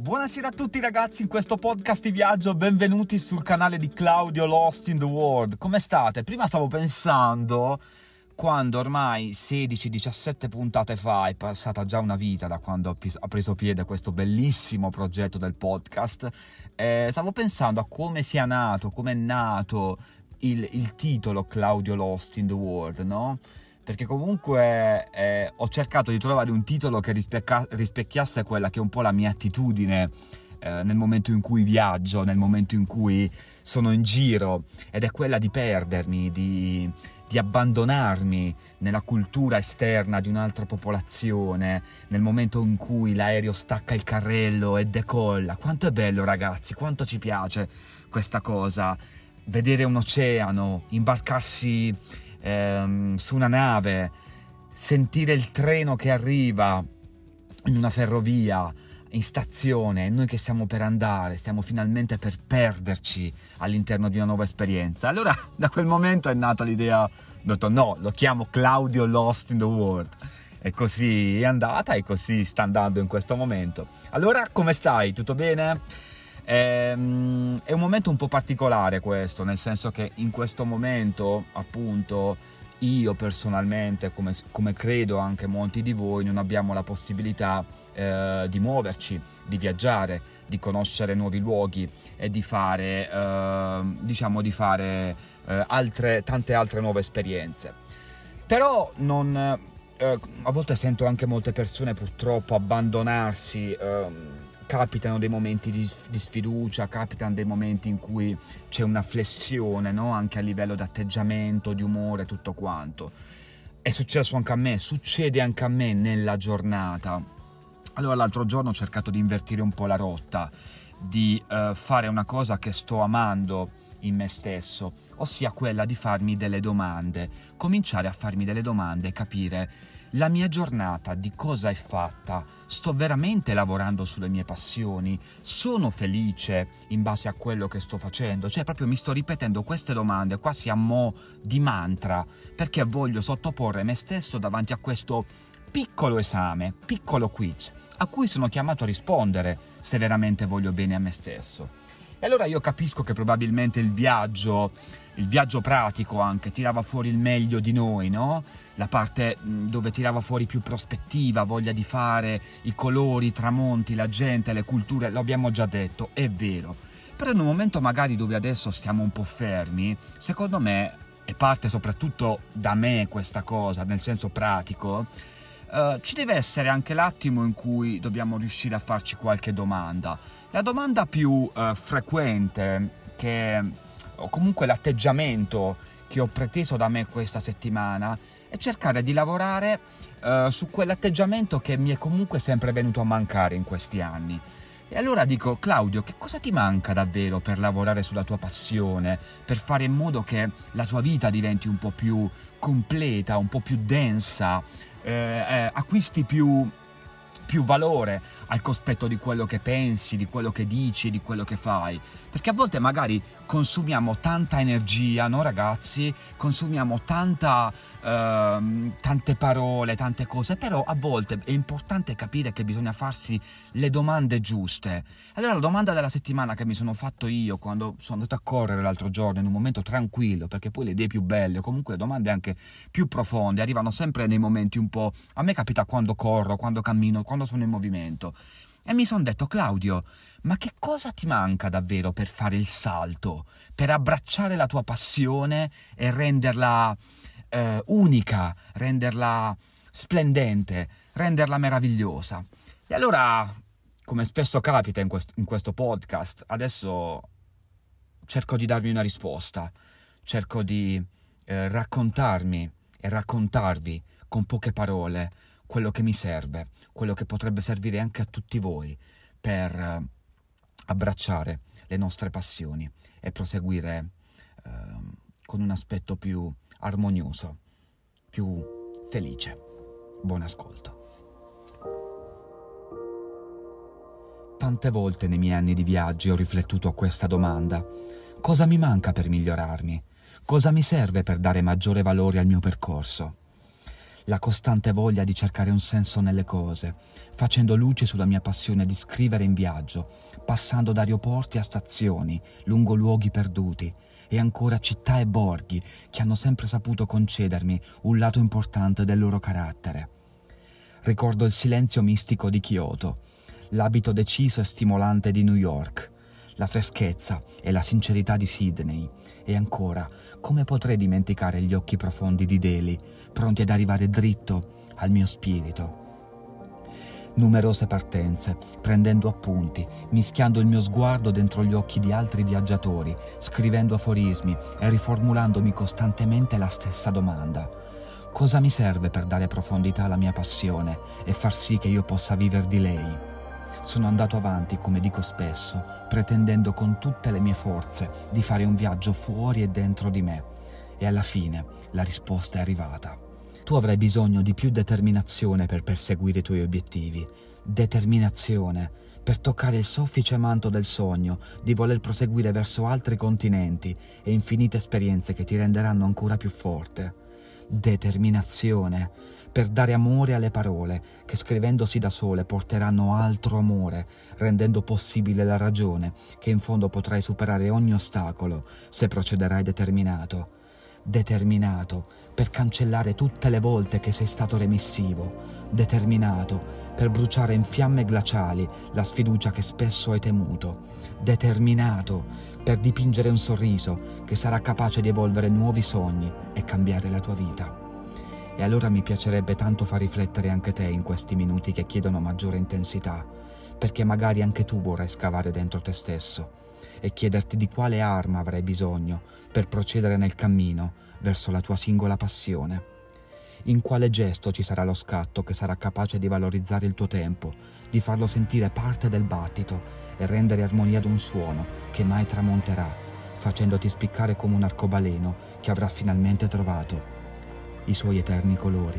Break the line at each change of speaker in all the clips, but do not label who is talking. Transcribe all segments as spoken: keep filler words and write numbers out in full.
Buonasera a tutti ragazzi, in questo podcast di viaggio, benvenuti sul canale di Claudio Lost in the World. Come state? Prima stavo pensando, quando ormai sedici diciassette puntate fa, è passata già una vita da quando ho preso piede questo bellissimo progetto del podcast, eh, stavo pensando a come sia nato, come è nato il, il titolo Claudio Lost in the World, no? Perché comunque eh, ho cercato di trovare un titolo che rispecca- rispecchiasse quella che è un po' la mia attitudine eh, nel momento in cui viaggio, nel momento in cui sono in giro, ed è quella di perdermi, di, di abbandonarmi nella cultura esterna di un'altra popolazione, nel momento in cui l'aereo stacca il carrello e decolla. Quanto è bello ragazzi, quanto ci piace questa cosa, vedere un oceano, imbarcarsi Ehm, su una nave, sentire il treno che arriva in una ferrovia, in stazione, e noi che stiamo per andare, stiamo finalmente per perderci all'interno di una nuova esperienza. Allora da quel momento è nata l'idea, ho detto no, lo chiamo Claudio Lost in the World, e così è andata e così sta andando in questo momento. Allora, come stai? Tutto bene? È un momento un po' particolare questo, nel senso che in questo momento, appunto, io personalmente, come, come credo anche molti di voi, non abbiamo la possibilità eh, di muoverci, di viaggiare, di conoscere nuovi luoghi e di fare, eh, diciamo, di fare eh, altre, tante altre nuove esperienze. Però non, eh, a volte sento anche molte persone purtroppo abbandonarsi. Eh, Capitano dei momenti di, di sfiducia, capitano dei momenti in cui c'è una flessione, no? Anche a livello di atteggiamento, di umore, tutto quanto. È successo anche a me, succede anche a me nella giornata. Allora l'altro giorno ho cercato di invertire un po' la rotta, di uh, fare una cosa che sto amando in me stesso, ossia quella di farmi delle domande, cominciare a farmi delle domande e capire la mia giornata di cosa è fatta, sto veramente lavorando sulle mie passioni, sono felice in base a quello che sto facendo, cioè proprio mi sto ripetendo queste domande quasi a mo' di mantra, perché voglio sottoporre me stesso davanti a questo piccolo esame, piccolo quiz, a cui sono chiamato a rispondere se veramente voglio bene a me stesso. E allora io capisco che probabilmente il viaggio, il viaggio pratico anche, tirava fuori il meglio di noi, no? La parte dove tirava fuori più prospettiva, voglia di fare, i colori, i tramonti, la gente, le culture, lo abbiamo già detto, è vero. Però in un momento magari dove adesso stiamo un po' fermi, secondo me, e parte soprattutto da me questa cosa, nel senso pratico, Uh, ci deve essere anche l'attimo in cui dobbiamo riuscire a farci qualche domanda. La domanda più uh, frequente, che, o comunque l'atteggiamento che ho preteso da me questa settimana, è cercare di lavorare uh, su quell'atteggiamento che mi è comunque sempre venuto a mancare in questi anni. E allora dico, Claudio, che cosa ti manca davvero per lavorare sulla tua passione, per fare in modo che la tua vita diventi un po' più completa, un po' più densa, eh, eh, acquisti più, più valore al cospetto di quello che pensi, di quello che dici, di quello che fai? Perché a volte magari consumiamo tanta energia, no ragazzi? Consumiamo tanta, uh, tante parole, tante cose, però a volte è importante capire che bisogna farsi le domande giuste. Allora la domanda della settimana che mi sono fatto io quando sono andato a correre l'altro giorno, in un momento tranquillo, perché poi le idee più belle, o comunque le domande anche più profonde, arrivano sempre nei momenti un po'... A me capita quando corro, quando cammino, quando sono in movimento. E mi sono detto, Claudio, ma che cosa ti manca davvero per fare il salto, per abbracciare la tua passione e renderla eh, unica, renderla splendente, renderla meravigliosa? E allora, come spesso capita in, quest- in questo podcast, adesso cerco di darvi una risposta, cerco di eh, raccontarmi e raccontarvi con poche parole quello che mi serve, quello che potrebbe servire anche a tutti voi per uh, abbracciare le nostre passioni e proseguire uh, con un aspetto più armonioso, più felice. Buon ascolto. Tante volte nei miei anni di viaggi ho riflettuto a questa domanda: cosa mi manca per migliorarmi? Cosa mi serve per dare maggiore valore al mio percorso? la costante voglia di cercare un senso nelle cose, facendo luce sulla mia passione di scrivere in viaggio, passando da aeroporti a stazioni, lungo luoghi perduti, e ancora città e borghi che hanno sempre saputo concedermi un lato importante del loro carattere. Ricordo il silenzio mistico di Kyoto, l'abito deciso e stimolante di New York, la freschezza e la sincerità di Sydney, e ancora, come potrei dimenticare gli occhi profondi di Delhi, pronti ad arrivare dritto al mio spirito. Numerose partenze, prendendo appunti, mischiando il mio sguardo dentro gli occhi di altri viaggiatori, scrivendo aforismi e riformulandomi costantemente la stessa domanda. Cosa mi serve per dare profondità alla mia passione e far sì che io possa vivere di lei? Sono andato avanti, come dico spesso, pretendendo con tutte le mie forze di fare un viaggio fuori e dentro di me. E alla fine la risposta è arrivata. Tu avrai bisogno di più determinazione per perseguire i tuoi obiettivi. Determinazione per toccare il soffice manto del sogno di voler proseguire verso altri continenti e infinite esperienze che ti renderanno ancora più forte. Determinazione per dare amore alle parole che, scrivendosi da sole, porteranno altro amore, rendendo possibile la ragione che in fondo potrai superare ogni ostacolo se procederai determinato. Determinato per cancellare tutte le volte che sei stato remissivo, determinato per bruciare in fiamme glaciali la sfiducia che spesso hai temuto, determinato per dipingere un sorriso che sarà capace di evolvere nuovi sogni e cambiare la tua vita. E allora mi piacerebbe tanto far riflettere anche te in questi minuti che chiedono maggiore intensità, perché magari anche tu vorrai scavare dentro te stesso e chiederti di quale arma avrai bisogno per procedere nel cammino verso la tua singola passione. In quale gesto ci sarà lo scatto che sarà capace di valorizzare il tuo tempo, di farlo sentire parte del battito e rendere armonia ad un suono che mai tramonterà, facendoti spiccare come un arcobaleno che avrà finalmente trovato i suoi eterni colori.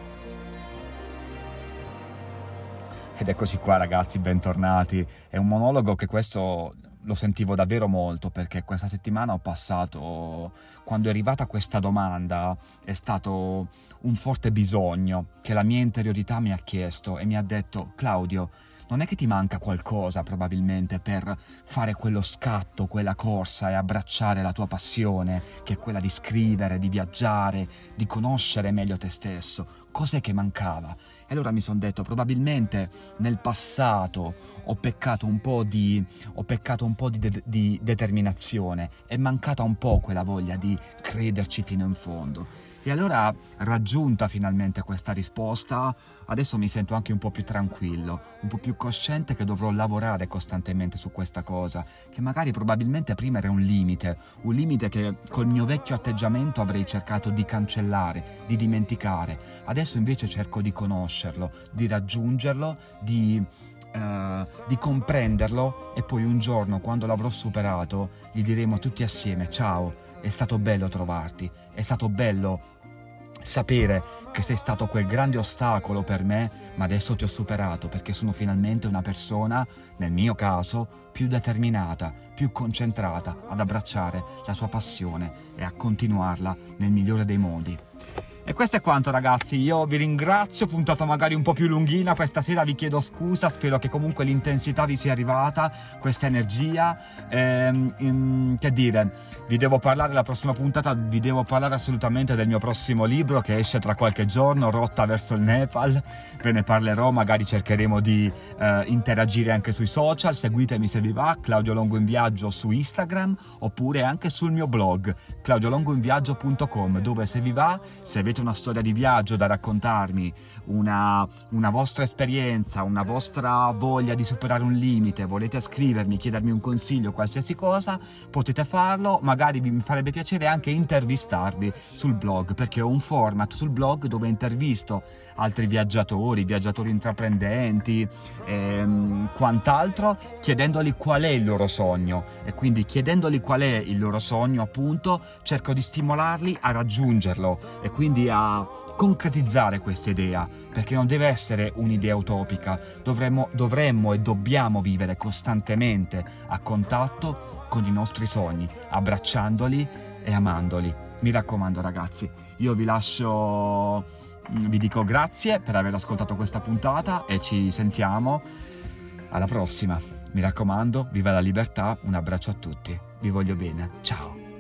Ed eccoci qua, ragazzi, bentornati. È un monologo che questo lo sentivo davvero molto, perché questa settimana ho passato, quando è arrivata questa domanda, è stato un forte bisogno che la mia interiorità mi ha chiesto e mi ha detto: Claudio, non è che ti manca qualcosa probabilmente per fare quello scatto, quella corsa e abbracciare la tua passione, che è quella di scrivere, di viaggiare, di conoscere meglio te stesso? Cos'è che mancava? E allora mi sono detto: probabilmente nel passato ho peccato un po' di, ho peccato un po' di, de- di determinazione, è mancata un po' quella voglia di crederci fino in fondo. E allora, raggiunta finalmente questa risposta, adesso mi sento anche un po' più tranquillo, un po' più cosciente che dovrò lavorare costantemente su questa cosa, che magari probabilmente prima era un limite, un limite che col mio vecchio atteggiamento avrei cercato di cancellare, di dimenticare. Adesso invece cerco di conoscerlo, di raggiungerlo, di, uh, di comprenderlo, e poi un giorno, quando l'avrò superato, gli diremo tutti assieme: ciao, è stato bello trovarti, è stato bello sapere che sei stato quel grande ostacolo per me, ma adesso ti ho superato perché sono finalmente una persona, nel mio caso, più determinata, più concentrata ad abbracciare la sua passione e a continuarla nel migliore dei modi. E questo è quanto, ragazzi. Io vi ringrazio, puntata magari un po' più lunghina questa sera, vi chiedo scusa, spero che comunque l'intensità vi sia arrivata, questa energia. Ehm, in, che dire, vi devo parlare la prossima puntata, vi devo parlare assolutamente del mio prossimo libro che esce tra qualche giorno, Rotta verso il Nepal. Ve ne parlerò, magari cercheremo di eh, interagire anche sui social. Seguitemi se vi va, Claudio Longo in Viaggio su Instagram, oppure anche sul mio blog claudio longo in viaggio punto com, dove, se vi va, se avete una storia di viaggio da raccontarmi, una, una vostra esperienza, una vostra voglia di superare un limite, volete scrivermi, chiedermi un consiglio, qualsiasi cosa, potete farlo. Magari mi farebbe piacere anche intervistarvi sul blog, perché ho un format sul blog dove intervisto altri viaggiatori, viaggiatori intraprendenti, ehm, quant'altro, chiedendoli qual è il loro sogno, e quindi chiedendoli qual è il loro sogno, appunto, cerco di stimolarli a raggiungerlo e quindi a concretizzare questa idea, perché non deve essere un'idea utopica. Dovremmo, dovremmo e dobbiamo vivere costantemente a contatto con i nostri sogni, abbracciandoli e amandoli. Mi raccomando, ragazzi, io vi lascio vi dico grazie per aver ascoltato questa puntata e ci sentiamo alla prossima. Mi raccomando, viva la libertà, un abbraccio a tutti, vi voglio bene, ciao!